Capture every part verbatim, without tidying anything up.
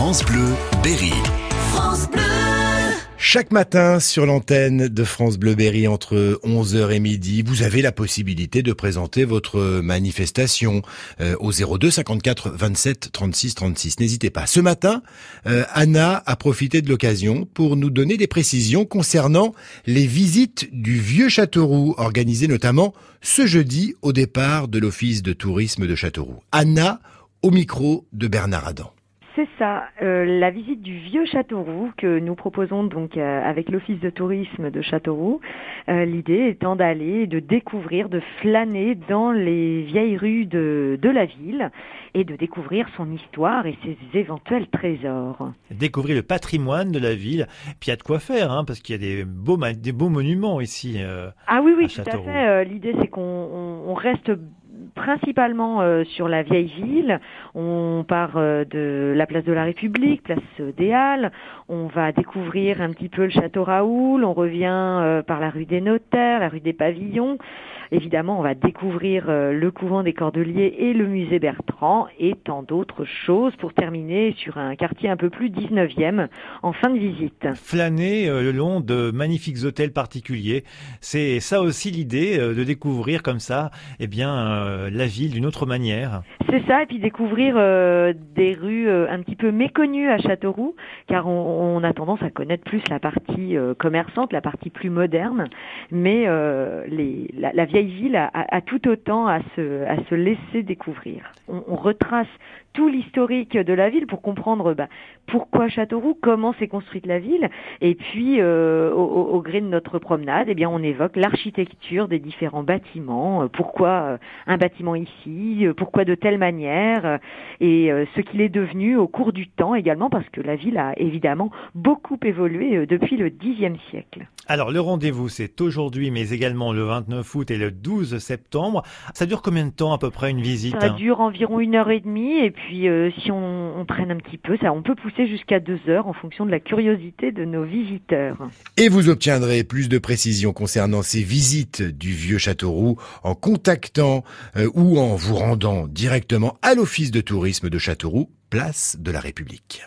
France Bleu Berry. France Bleu. Chaque matin sur l'antenne de France Bleu Berry entre onze heures et midi, vous avez la possibilité de présenter votre manifestation euh, au zéro deux cinquante-quatre vingt-sept trente-six trente-six. N'hésitez pas. Ce matin, euh, Anna a profité de l'occasion pour nous donner des précisions concernant les visites du Vieux Châteauroux, organisées notamment ce jeudi au départ de l'Office de tourisme de Châteauroux. Anna, au micro de Bernard Adam. C'est ça, euh, la visite du Vieux Châteauroux que nous proposons donc euh, avec l'Office de tourisme de Châteauroux. Euh, l'idée étant d'aller, de découvrir, de flâner dans les vieilles rues de, de la ville et de découvrir son histoire et ses éventuels trésors. Découvrir le patrimoine de la ville, puis il y a de quoi faire, hein, parce qu'il y a des beaux, des beaux monuments ici. Euh, ah oui, oui, à tout Châteauroux. à fait. Euh, l'idée c'est qu'on on, on reste principalement euh, sur la vieille ville. On part euh, de la place de la République, place des Halles. On va découvrir un petit peu le château Raoul. On revient euh, par la rue des Notaires, la rue des Pavillons. Évidemment, on va découvrir euh, le couvent des Cordeliers et le musée Bertrand et tant d'autres choses pour terminer sur un quartier un peu plus dix-neuvième en fin de visite. Flâner euh, le long de magnifiques hôtels particuliers. C'est ça aussi l'idée euh, de découvrir comme ça, eh bien, euh, la ville d'une autre manière. C'est ça, et puis découvrir euh, des rues euh, un petit peu méconnues à Châteauroux, car on, on a tendance à connaître plus la partie euh, commerçante, la partie plus moderne, mais euh, les, la, la vieille ville a, a, a tout autant à se, à se laisser découvrir. On, on retrace tout l'historique de la ville pour comprendre bah, pourquoi Châteauroux, comment s'est construite la ville, et puis euh, au, au, au gré de notre promenade, eh bien on évoque l'architecture des différents bâtiments, euh, pourquoi euh, un bâtiment ici, euh, pourquoi de telle manière, euh, et euh, ce qu'il est devenu au cours du temps également, parce que la ville a évidemment beaucoup évolué euh, depuis le dixième siècle. Alors le rendez-vous c'est aujourd'hui, mais également le vingt-neuf août et le douze septembre. Ça dure combien de temps à peu près une visite? Ça dure environ une heure et demie, et puis euh, si on, on traîne un petit peu, ça, on peut pousser jusqu'à deux heures en fonction de la curiosité de nos visiteurs. Et vous obtiendrez plus de précisions concernant ces visites du Vieux Châteauroux en contactant euh, ou en vous rendant directement à l'Office de tourisme de Châteauroux, place de la République.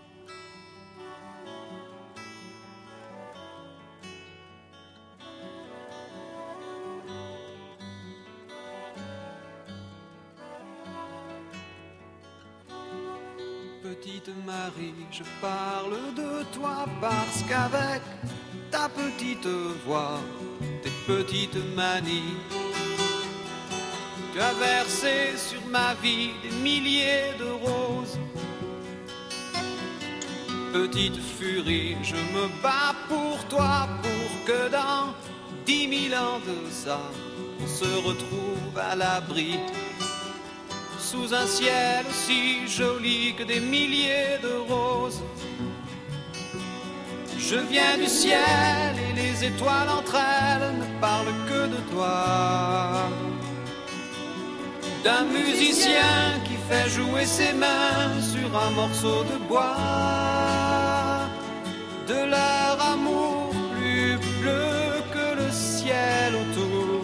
Petite Marie, je parle de toi parce qu'avec ta petite voix, tes petites manies, tu as versé sur ma vie des milliers de roses. Petite furie, je me bats pour toi, pour que dans dix mille ans de ça, on se retrouve à l'abri sous un ciel aussi joli que des milliers de roses. Je viens du ciel et les étoiles entre elles ne parlent que de toi. D'un musicien qui fait jouer ses mains sur un morceau de bois, de leur amour plus bleu que le ciel autour.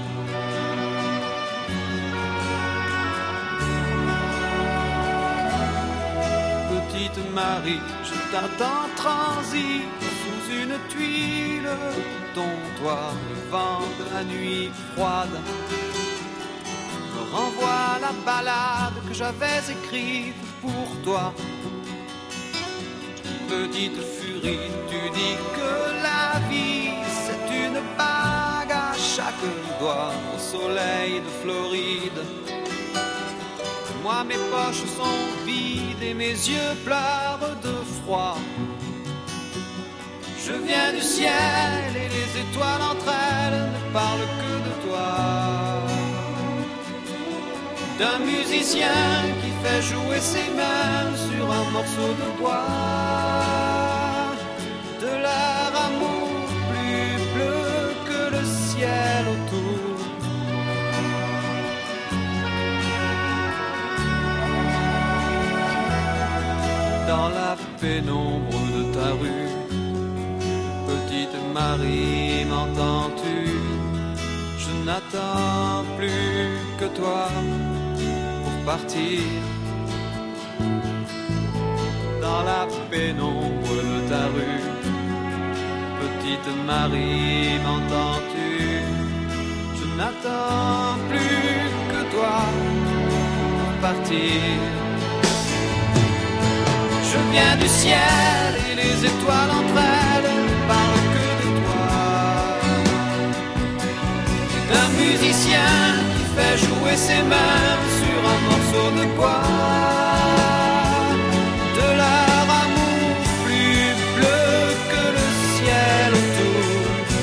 Petite Marie, je t'attends transi sous une tuile, ton toit, le vent de la nuit froide me renvoie la ballade que j'avais écrite pour toi. Petite furie, tu dis que la vie c'est une bague à chaque doigt au soleil de Floride. Moi mes poches sont vides et mes yeux pleurent de froid. Je viens du ciel et les étoiles entre elles ne parlent que de toi. D'un musicien qui fait jouer ses mains sur un morceau de bois, de leur amour plus bleu que le ciel autour. Dans la pénombre de ta rue, petite Marie, m'entends-tu? Je n'attends plus que toi pour partir. pénombre de ta rue. Petite Marie, m'entends-tu? Je n'attends plus que toi pour partir. Je viens du ciel et les étoiles entre elles ne parlent que de toi. Et d'un musicien qui fait jouer ses mains sur un morceau de bois. De leur amour plus bleu que le ciel autour.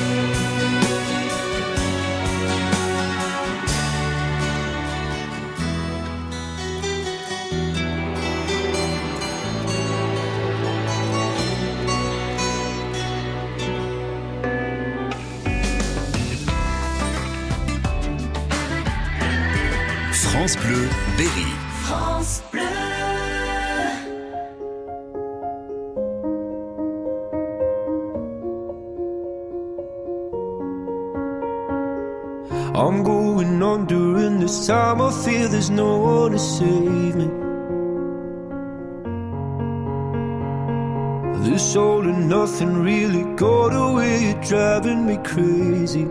France Bleu Berry. France Bleu. I'm going on during this time. I feel there's no one to save me. This all and nothing really got away. You're driving me crazy.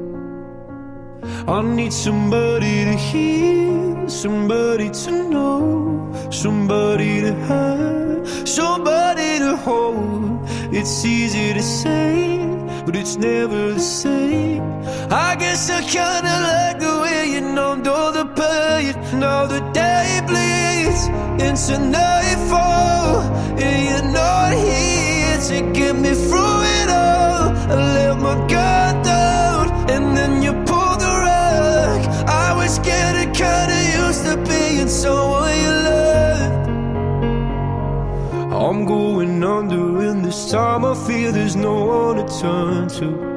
I need somebody to hear, somebody to know, somebody to have, somebody to hold. It's easy to say, but it's never the same. I guess I kinda like the way you numbed all the pain. Now the day bleeds into nightfall, and you're not here to get me through it all. I let my guard down, and then you pulled the rug. I was getting kinda used to being someone you loved. I'm going under, and this time I feel there's no one to turn to.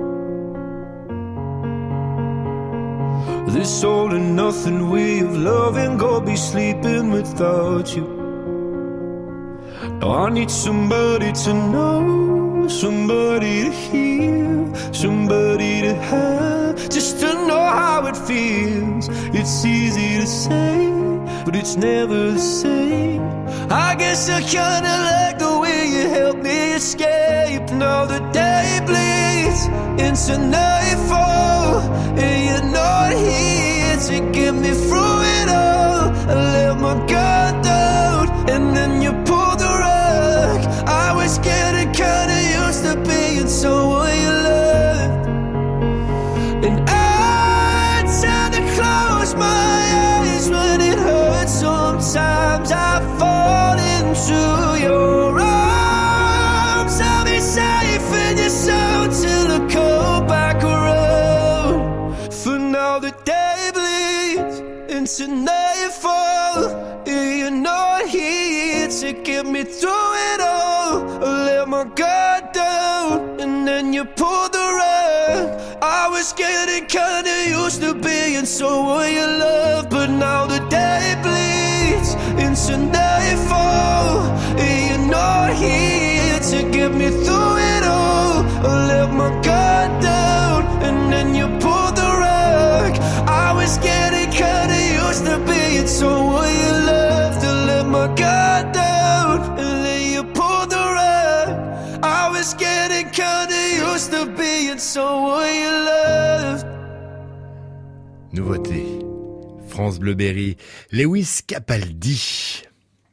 This all and nothing way of loving, go be sleeping without you. Now I need somebody to know, somebody to hear, somebody to have, just to know how it feels. It's easy to say, but it's never the same. I guess I kinda like the way you help me escape. Now the day bleeds into nightfall, and you're not here to get me through it all. I let my guard down, and then you pulled the rug. I was getting kinda used to being someone you loved. And I tend to close my eyes when it hurts. Sometimes I fall into your arms. I'll be safe in your soul till I come back around. For now the day bleeds into nightfall, and you're not here to get me through it all. I let my guard down, and then you pulled the rug. I was getting kinda used to being someone you love, but now the day bleeds into nightfall, and you're not here to get me through it all. I let my guard down, and then you pulled the rug. I was getting kinda used to being someone you loved. To let my guard down, and then you pulled the rug. I was getting kinda used to being someone you loved. Nouveauté. France Bleu Berry. Lewis Capaldi.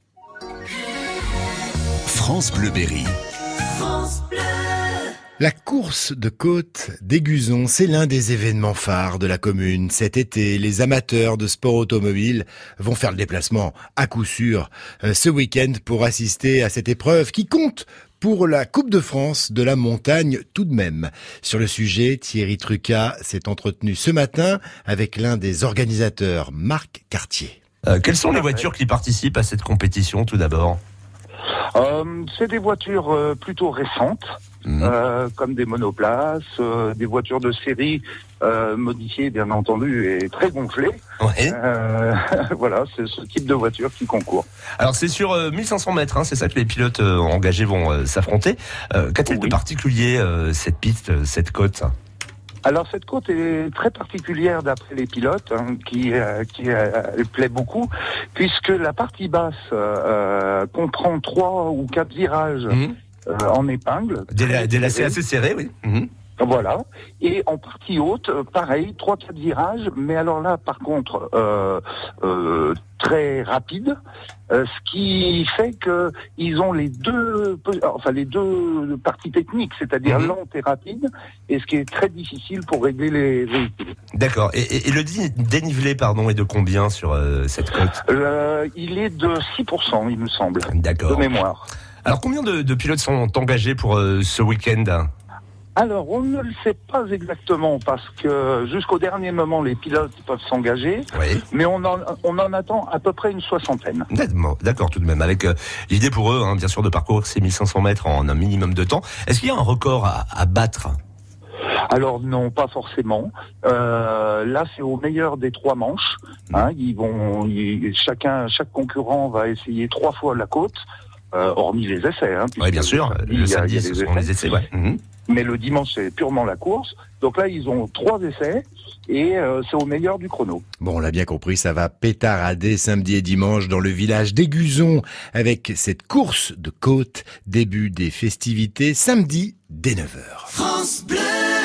France Bleu Berry. France Bleu. La course de côte d'Aiguzon, c'est l'un des événements phares de la commune. Cet été, les amateurs de sport automobile vont faire le déplacement à coup sûr euh, ce week-end pour assister à cette épreuve qui compte pour la Coupe de France de la montagne tout de même. Sur le sujet, Thierry Trucas s'est entretenu ce matin avec l'un des organisateurs, Marc Cartier. Euh, quelles sont les voitures qui participent à cette compétition tout d'abord ? Euh, c'est des voitures euh, plutôt récentes, mmh. euh, comme des monoplaces, euh, des voitures de série euh, modifiées bien entendu et très gonflées. Ouais. Euh, voilà, c'est ce type de voiture qui concourt. Alors c'est sur euh, mille cinq cents mètres, hein, c'est ça que les pilotes euh, engagés vont euh, s'affronter. Euh, qu'a-t-il oui. de particulier euh, cette piste, cette côte ? Alors cette côte est très particulière d'après les pilotes, hein, qui, euh, qui euh, elle plaît beaucoup, puisque la partie basse euh, comprend trois ou quatre virages mmh. euh, en épingle. Des, des lacets assez serrés, oui. Mmh. Voilà. Et en partie haute, pareil, trois quatre virages, mais alors là, par contre, euh, euh, très rapide, euh, ce qui fait que ils ont les deux, enfin les deux parties techniques, c'est-à-dire mmh. lente et rapide, et ce qui est très difficile pour régler les véhicules. D'accord. Et, et, et le dénivelé, pardon, est de combien sur euh, cette côte ? euh, Il est de six pour cent, il me semble. D'accord. De mémoire. Alors combien de, de pilotes sont engagés pour euh, ce week-end ? Alors, on ne le sait pas exactement parce que jusqu'au dernier moment, les pilotes peuvent s'engager, oui. mais on en, on en attend à peu près une soixantaine. D'accord, tout de même, avec euh, l'idée pour eux, hein, bien sûr, de parcourir ces mille cinq cents mètres en un minimum de temps. Est-ce qu'il y a un record à, à battre ? Alors non, pas forcément. Euh, là, c'est au meilleur des trois manches. Hein, ils vont, ils, chacun, chaque concurrent va essayer trois fois la côte, euh, hormis les essais. Hein, oui, bien sûr. Le samedi, ce sont les essais. Ouais. Mmh. Mais le dimanche, c'est purement la course. Donc là, ils ont trois essais et euh, c'est au meilleur du chrono. Bon, on l'a bien compris, ça va pétarader samedi et dimanche dans le village d'Aiguzon avec cette course de côte. Début des festivités samedi dès neuf heures. France Bleu.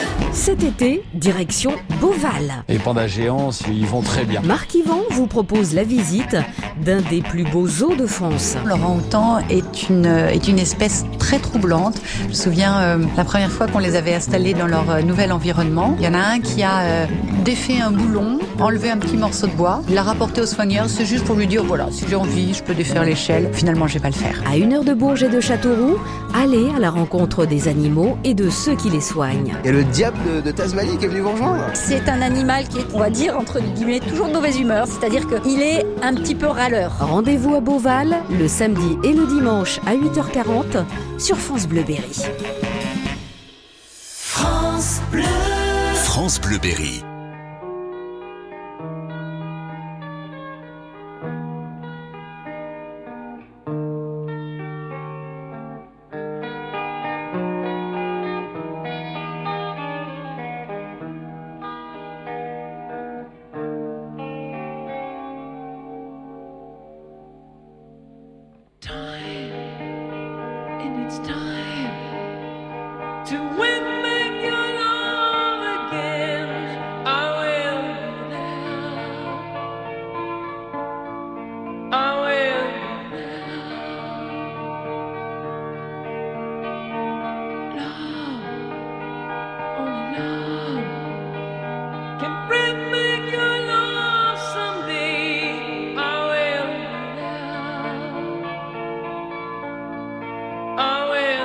Cet été, direction Beauval. Les pandas géants, ils vont très bien. Marc Yvan vous propose la visite d'un des plus beaux zoos de France. L'orang-outan est une, est une espèce très troublante. Je me souviens euh, la première fois qu'on les avait installés dans leur euh, nouvel environnement. Il y en a un qui a euh, défait un boulon, enlevé un petit morceau de bois, l'a rapporté au soigneur. C'est juste pour lui dire, voilà, si j'ai envie, je peux défaire l'échelle. Finalement, je vais pas le faire. À une heure de Bourges et de Châteauroux, allez à la rencontre des animaux et de ceux qui les soignent. Et le diable de, de Tasmanie qui est venu vous rejoindre. C'est un animal qui est, on va dire, entre guillemets, toujours de mauvaise humeur. C'est-à-dire qu'il est un petit peu râleur. Rendez-vous à Beauval, le samedi et le dimanche à huit heures quarante sur France Bleu Berry. France Bleu. France Bleu Berry. I will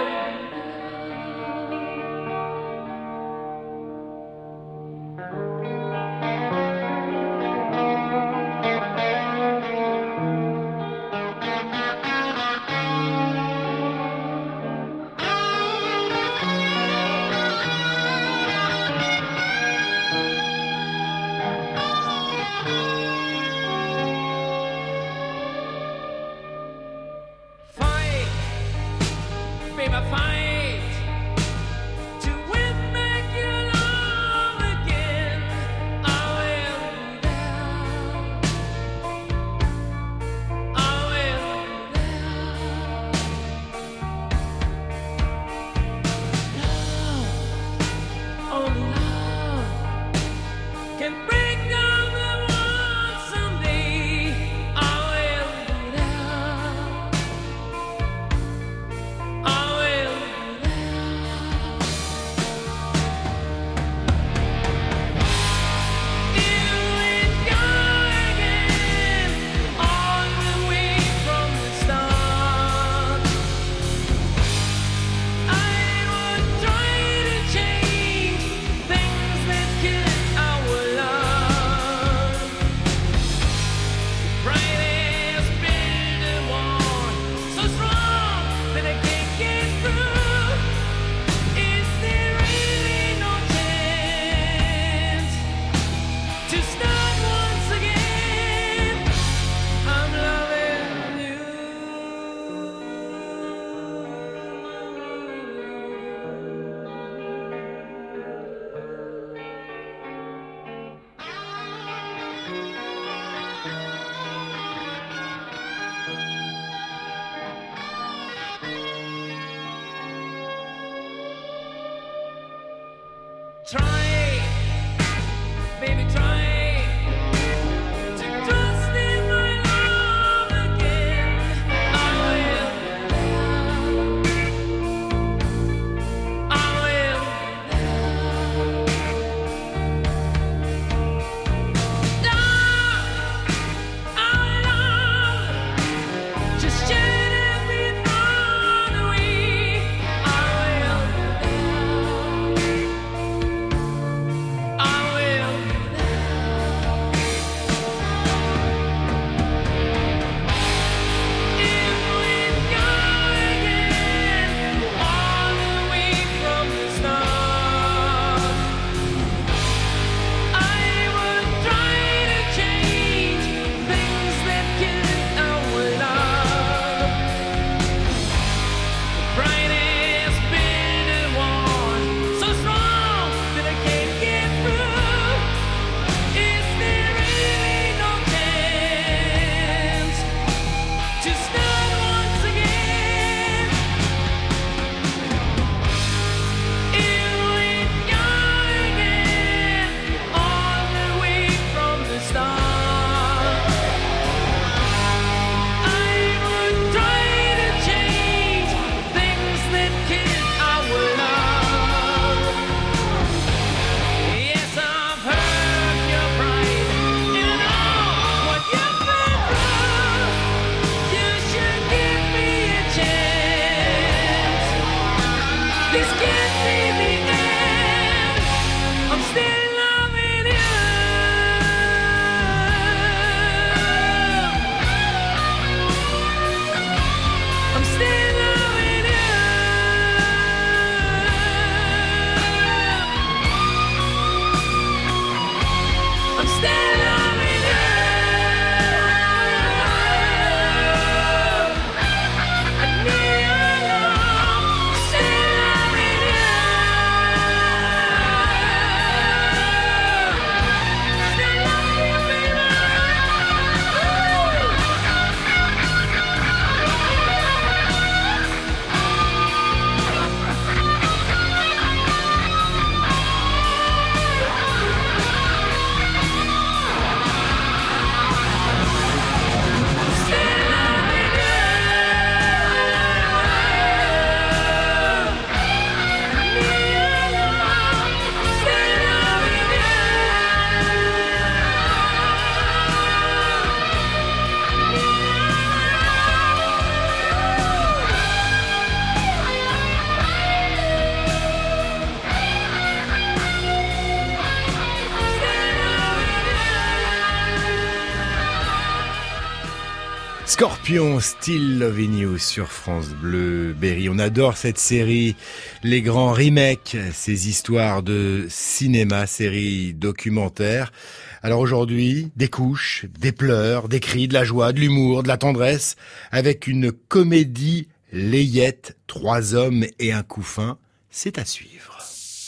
Scorpion, Still Loving You sur France Bleu Berry. On adore cette série, les grands remakes, ces histoires de cinéma, séries documentaires. Alors aujourd'hui, des couches, des pleurs, des cris, de la joie, de l'humour, de la tendresse, avec une comédie layette, trois hommes et un couffin, c'est à suivre.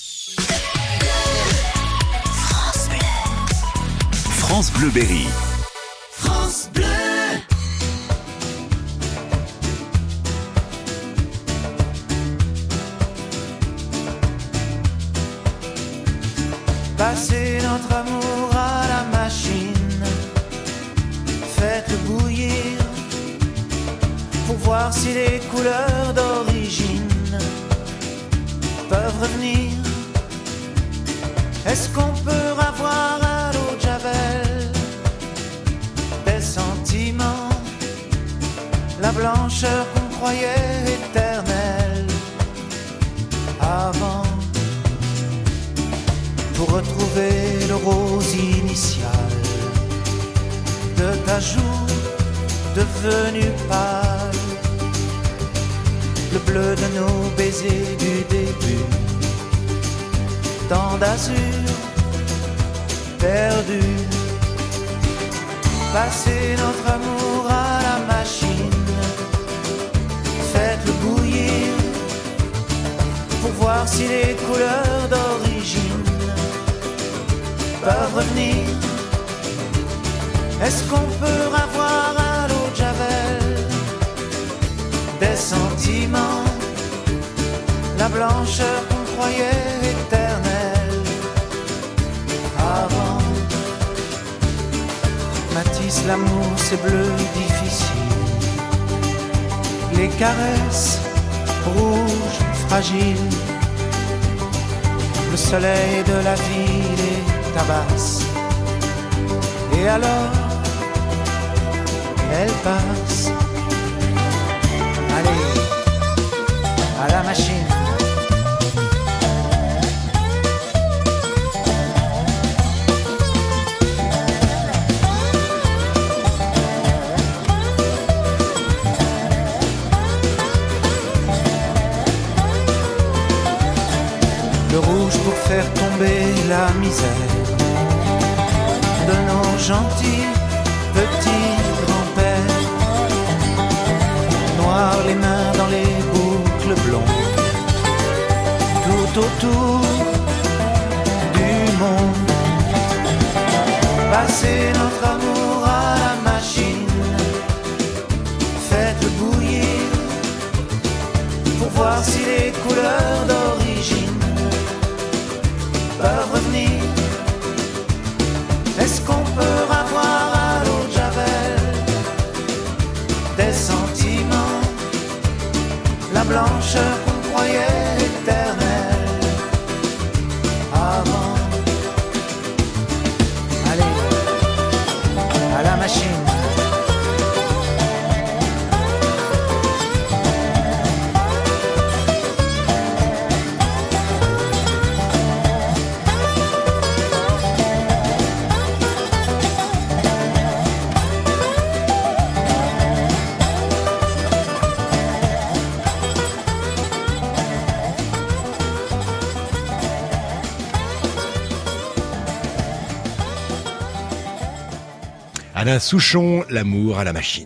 France Bleu. France Bleu Berry. France Bleu. Passez notre amour à la machine, faites-le bouillir pour voir si les couleurs d'origine peuvent revenir. Est-ce qu'on peut avoir à l'eau de Javel des sentiments, la blancheur qu'on croyait éternelle avant? Pour retrouver le rose initial de ta joue devenue pâle, le bleu de nos baisers du début, tant d'azur perdu. Passez notre amour à la machine, faites-le bouillir pour voir si les couleurs d'origine peuvent revenir. Est-ce qu'on peut avoir à l'eau de Javel des sentiments, la blancheur qu'on croyait éternelle avant? Matisse, l'amour c'est bleu difficile, les caresses rouges fragiles, le soleil de la ville est tabasse. Et alors, elle passe. Allez, à la machine. Le rouge pour faire tomber la misère de nos gentils petits grands-pères. Noir les mains dans les boucles blondes, tout autour du monde. Passez notre amour à la machine, faites-le bouillir pour voir si les couleurs d'origine peuvent revenir. Est-ce qu'on peut avoir à l'eau de Javel des sentiments, la blancheur qu'on croyait éternelle avant? Allez, à la machine. Alain Souchon, l'amour à la machine.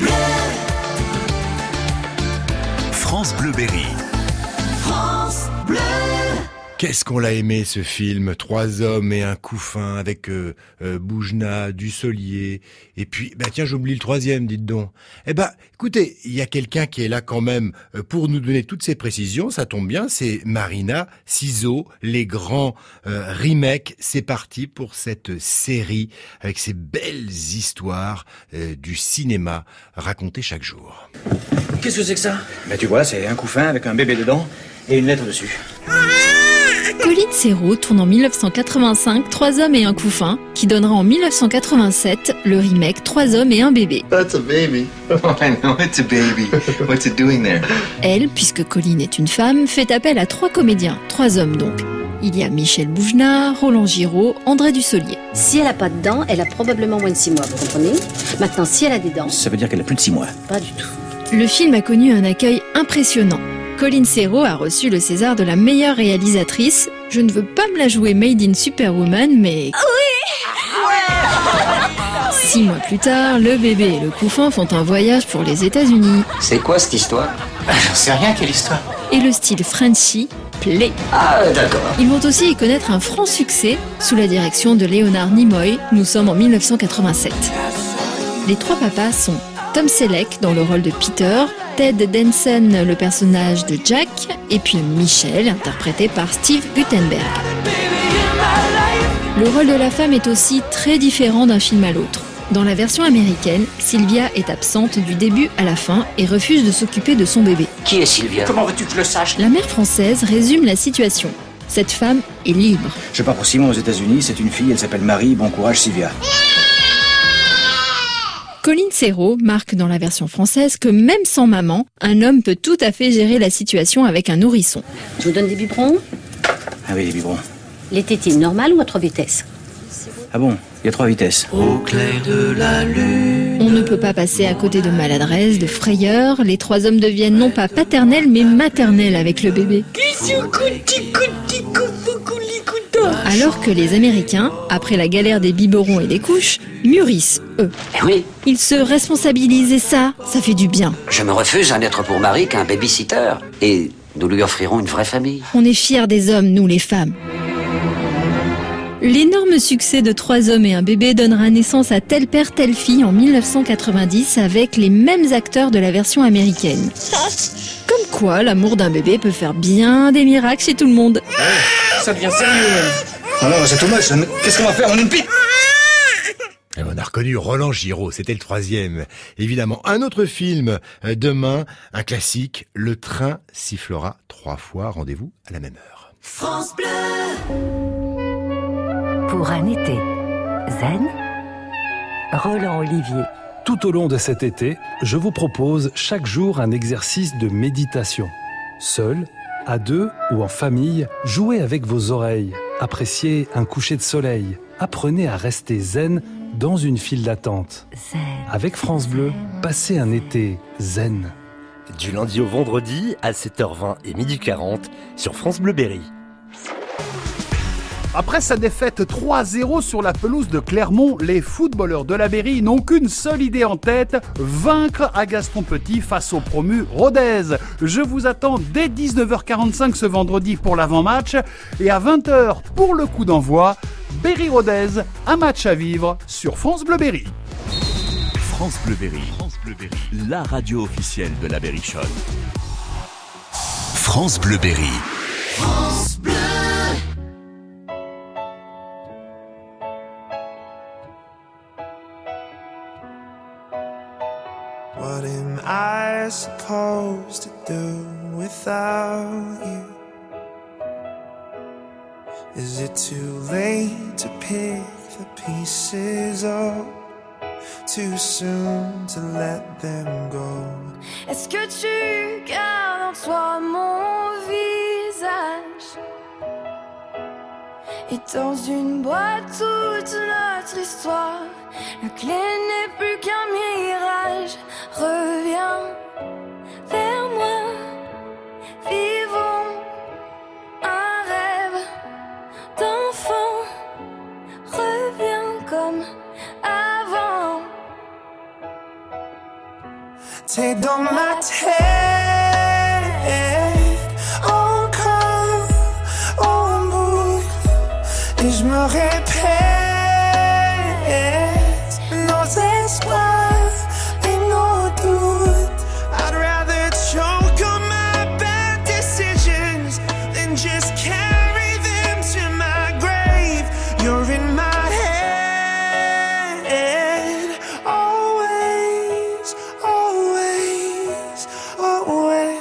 France Bleu Berry. France Bleu. Qu'est-ce qu'on l'a aimé ce film, Trois hommes et un couffin, avec euh, euh, Boujna, Dussolier, et puis, bah tiens, j'oublie le troisième, dites donc. Eh ben, écoutez, il y a quelqu'un qui est là quand même euh, pour nous donner toutes ces précisions, ça tombe bien, c'est Marina Ciseaux, les grands euh, remakes. C'est parti pour cette série avec ces belles histoires euh, du cinéma racontées chaque jour. Qu'est-ce que c'est que ça? Ben tu vois, c'est un couffin avec un bébé dedans et une lettre dessus. Colline Serrault tourne en mille neuf cent quatre-vingt-cinq Trois hommes et un couffin, qui donnera en mille neuf cent quatre-vingt-sept le remake Trois hommes et un bébé. That's a baby. I know it's a baby. What's it doing there? Elle, puisque Colline est une femme, fait appel à trois comédiens, trois hommes donc. Il y a Michel Bougenat, Roland Giraud, André Dussolier. Si elle n'a pas de dents, elle a probablement moins de six mois, vous comprenez? Maintenant, si elle a des dents... Ça veut dire qu'elle a plus de six mois. Pas du tout. Le film a connu un accueil impressionnant. Colin Serrault a reçu le César de la meilleure réalisatrice. Je ne veux pas me la jouer Made in Superwoman, mais... Oui. Six mois plus tard, le bébé et le couffin font un voyage pour les États-Unis. C'est quoi cette histoire? J'en sais rien, quelle histoire? Et le style Frenchy plaît. Ah, d'accord. Ils vont aussi y connaître un franc succès sous la direction de Léonard Nimoy. Nous sommes en mille neuf cent quatre-vingt-sept. Les trois papas sont Tom Selleck dans le rôle de Peter, Ted Danson le personnage de Jack, et puis Michel interprété par Steve Guttenberg. Le rôle de la femme est aussi très différent d'un film à l'autre. Dans la version américaine, Sylvia est absente du début à la fin et refuse de s'occuper de son bébé. Qui est Sylvia? Comment veux-tu que je le sache? La mère française résume la situation. Cette femme est libre. Je pars pour six mois aux États-Unis, c'est une fille, elle s'appelle Marie, bon courage Sylvia. Colin Serrault marque dans la version française que même sans maman, un homme peut tout à fait gérer la situation avec un nourrisson. Je vous donne des biberons? Ah oui, les biberons. Les tétines normales ou à trois vitesses? Ah bon? Il y a trois vitesses. Au clair de la lune. On ne peut pas passer à côté de maladresse, de frayeur. Les trois hommes deviennent non pas paternels, mais maternels avec le bébé. Alors que les Américains, après la galère des biberons et des couches, mûrissent, eux. Eh oui. Ils se responsabilisent et ça, ça fait du bien. Je me refuse à n'être pour Marie qu'un babysitter. Et nous lui offrirons une vraie famille. On est fiers des hommes, nous les femmes. L'énorme succès de Trois hommes et un bébé donnera naissance à Tel père, telle fille en mille neuf cent quatre-vingt-dix avec les mêmes acteurs de la version américaine. Comme quoi, l'amour d'un bébé peut faire bien des miracles chez tout le monde. Ouais, ça devient sérieux. Oh non, c'est tout moche. Qu'est-ce qu'on va faire? On une pipe? Et on a reconnu Roland Giraud, c'était le troisième. Évidemment, un autre film, euh, demain, un classique, Le train sifflera trois fois. Rendez-vous à la même heure. France Bleu. Pour un été zen, Roland Olivier. Tout au long de cet été, je vous propose chaque jour un exercice de méditation. Seul, à deux ou en famille, jouez avec vos oreilles, appréciez un coucher de soleil, apprenez à rester zen dans une file d'attente. Zen. Avec France Bleu, passez un été zen. Du lundi au vendredi à sept heures vingt et midi quarante sur France Bleu Berry. Après sa défaite trois à zéro sur la pelouse de Clermont, les footballeurs de la Berry n'ont qu'une seule idée en tête, vaincre à Gaston Petit face au promu Rodez. Je vous attends dès dix-neuf heures quarante-cinq ce vendredi pour l'avant-match et à vingt heures pour le coup d'envoi, Berry-Rodez, un match à vivre sur France Bleu Berry. France Bleu Berry, France Bleu Berry, la radio officielle de la Berry Show. France Bleu Berry. France Bleu. What am I supposed to do without you? Is it too late to pick the pieces up? Too soon to let them go? Est-ce que tu gardes en toi mon visage? Et dans une boîte toute notre histoire, la clé n'est plus qu'un mirage. Reviens vers moi, vivons un rêve d'enfant. Reviens comme avant. T'es dans ma tête, encore en boucle, et je me répète nos espoirs et nos doutes. I'd rather choke on my bad decisions than just carry them to my grave. You're in my head, always, always, always.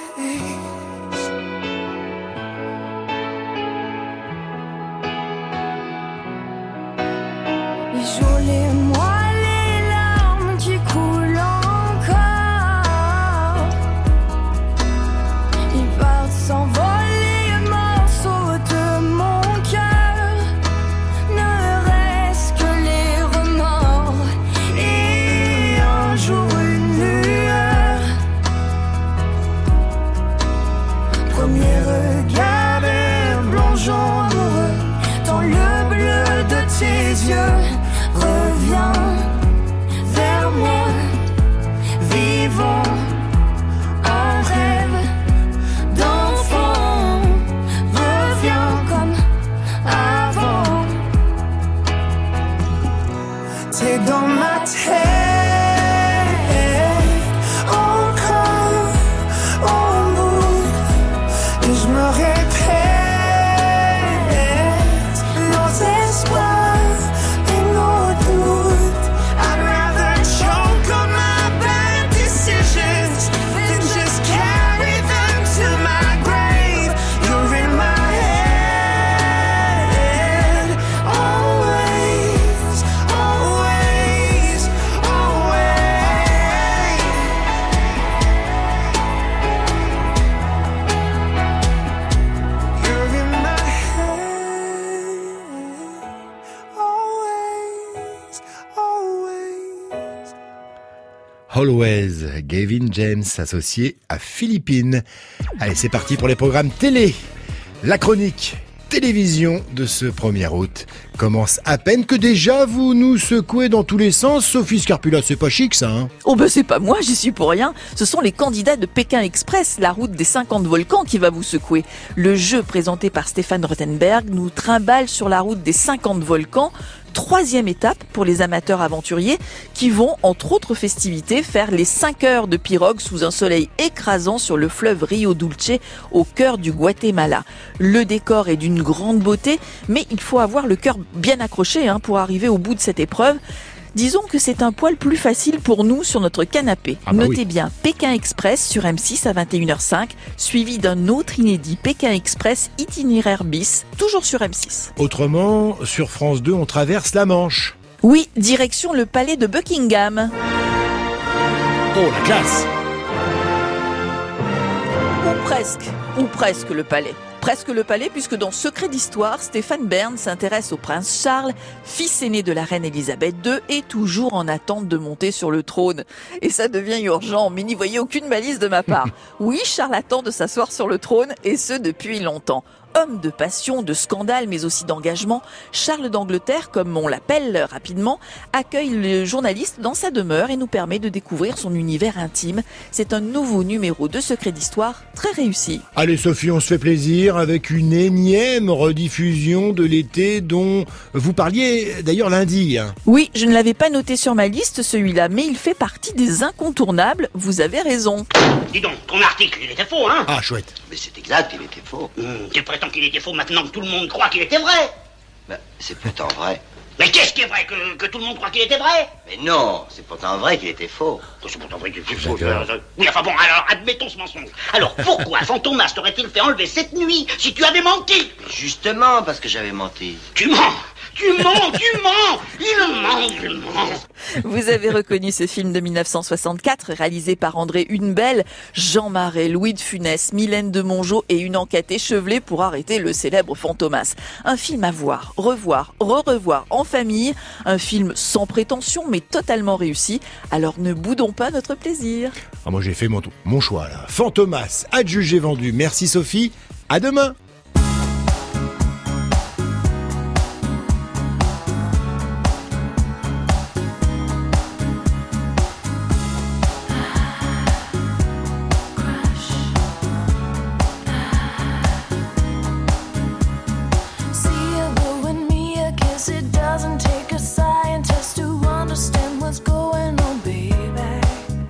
vivons en rêve d'enfant. Reviens comme avant. T'es dans ma tête. Always, Gavin James associé à Philippines. Allez, c'est parti pour les programmes télé. La chronique télévision de ce premier août commence à peine que déjà vous nous secouez dans tous les sens. Sophie Scarpula, c'est pas chic ça, hein? Oh ben c'est pas moi, j'y suis pour rien. Ce sont les candidats de Pékin Express, la route des cinquante volcans qui va vous secouer. Le jeu présenté par Stéphane Rothenberg nous trimballe sur la route des cinquante volcans. Troisième étape pour les amateurs aventuriers qui vont, entre autres festivités, faire les cinq heures de pirogue sous un soleil écrasant sur le fleuve Rio Dulce au cœur du Guatemala. Le décor est d'une grande beauté, mais il faut avoir le cœur bien accroché hein, pour arriver au bout de cette épreuve. Disons que c'est un poil plus facile pour nous sur notre canapé. Ah bah Notez oui. bien Pékin Express sur M six à vingt et une heures cinq, suivi d'un autre inédit Pékin Express itinéraire bis, toujours sur M six. Autrement, sur France deux, on traverse la Manche. Oui, direction le palais de Buckingham. Oh, la classe! Ou presque, ou presque le palais. Presque le palais, puisque dans Secret d'Histoire, Stéphane Bern s'intéresse au prince Charles, fils aîné de la reine Elisabeth deux, et toujours en attente de monter sur le trône. Et ça devient urgent, mais n'y voyez aucune malice de ma part. Oui, Charles attend de s'asseoir sur le trône, et ce depuis longtemps. Homme de passion, de scandale, mais aussi d'engagement, Charles d'Angleterre, comme on l'appelle rapidement, accueille le journaliste dans sa demeure et nous permet de découvrir son univers intime. C'est un nouveau numéro de Secret d'Histoire très réussi. Allez Sophie, on se fait plaisir avec une énième rediffusion de l'été dont vous parliez d'ailleurs lundi. Hein. Oui, je ne l'avais pas noté sur ma liste celui-là, mais il fait partie des incontournables, vous avez raison. Dis donc, ton article, il était faux, hein? Ah, chouette. Mais c'est exact, il était faux. Mmh, tu prétends qu'il était faux maintenant que tout le monde croit qu'il était vrai? Ben, c'est pourtant vrai. Mais qu'est-ce qui est vrai? Que, que tout le monde croit qu'il était vrai? Mais non, c'est pourtant vrai qu'il était faux. C'est pourtant vrai qu'il était faux. Oui, enfin bon, alors admettons ce mensonge. Alors pourquoi Fantomas t'aurait-il fait enlever cette nuit si tu avais menti? Mais justement, parce que j'avais menti. Tu mens! Tu mens, tu mens, il ment, il ment. Vous avez reconnu ce film de mille neuf cent soixante-quatre, réalisé par André Hunebelle, Jean Marais, Louis de Funès, Mylène de Mongeau et une enquête échevelée pour arrêter le célèbre Fantomas. Un film à voir, revoir, re-revoir en famille, un film sans prétention mais totalement réussi. Alors ne boudons pas notre plaisir. Ah, moi j'ai fait mon, mon choix là. Fantomas, adjugé vendu. Merci Sophie, à demain.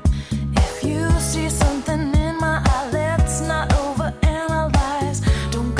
Don't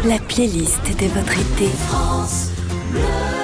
la playlist de votre été. France Bleu.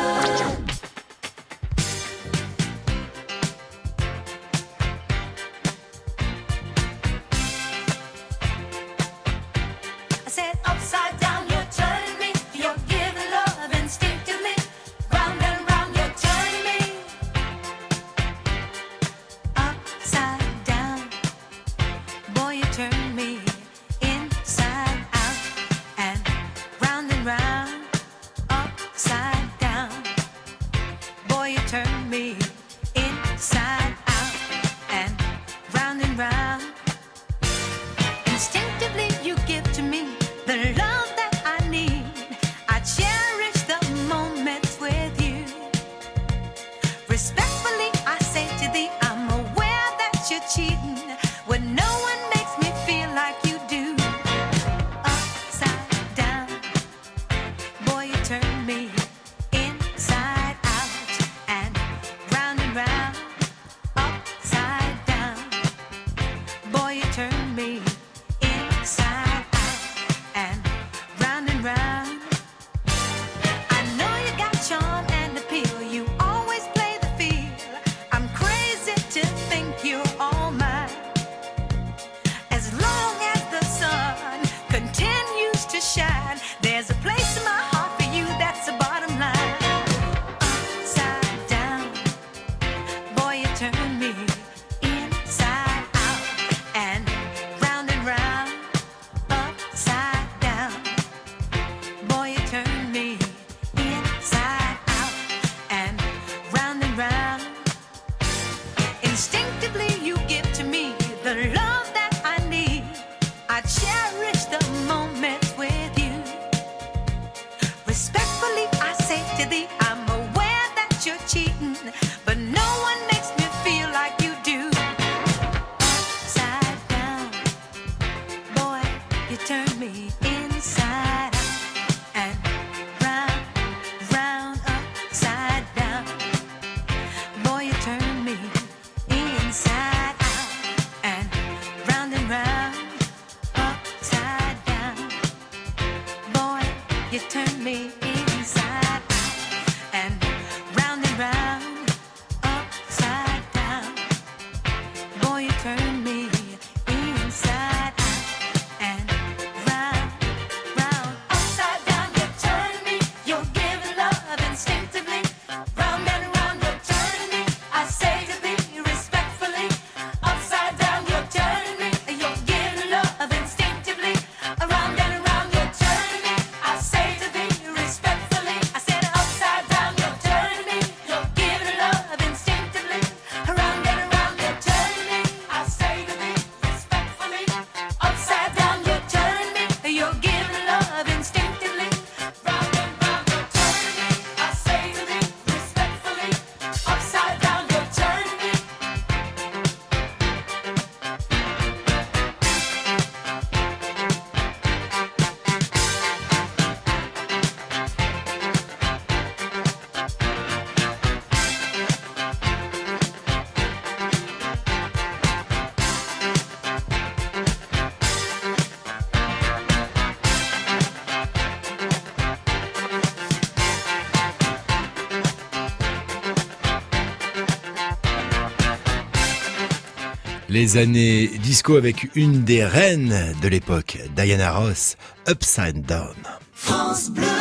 Les années disco avec une des reines de l'époque, Diana Ross, Upside Down. France Bleu.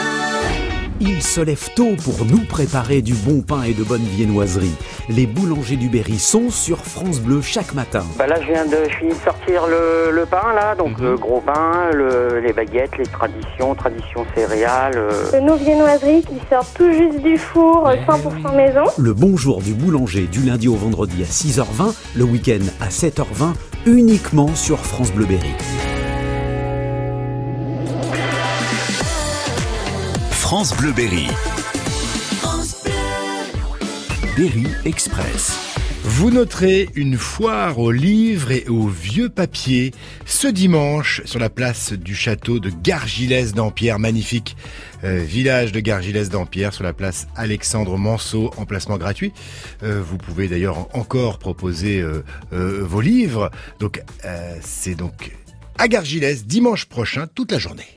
Ils se lèvent tôt pour nous préparer du bon pain et de bonnes viennoiseries. Les boulangers du Berry sont sur France Bleu chaque matin. Bah là, je viens de, je finis de sortir le, le pain, là, donc mm-hmm. le gros pain, le, les baguettes, les traditions, traditions céréales. Euh... Nos viennoiseries qui sortent tout juste du four, cent pour cent maison. Le bonjour du boulanger du lundi au vendredi à six heures vingt, le week-end à sept heures vingt, uniquement sur France Bleu Berry. France Bleu Berry. France Bleu. Berry Express. Vous noterez une foire aux livres et aux vieux papiers ce dimanche sur la place du château de Gargilès-Dampierre. Magnifique euh, village de Gargilès-Dampierre sur la place Alexandre Manceau, emplacement gratuit. Euh, vous pouvez d'ailleurs encore proposer euh, euh, vos livres. Donc euh, c'est donc à Gargilès dimanche prochain toute la journée.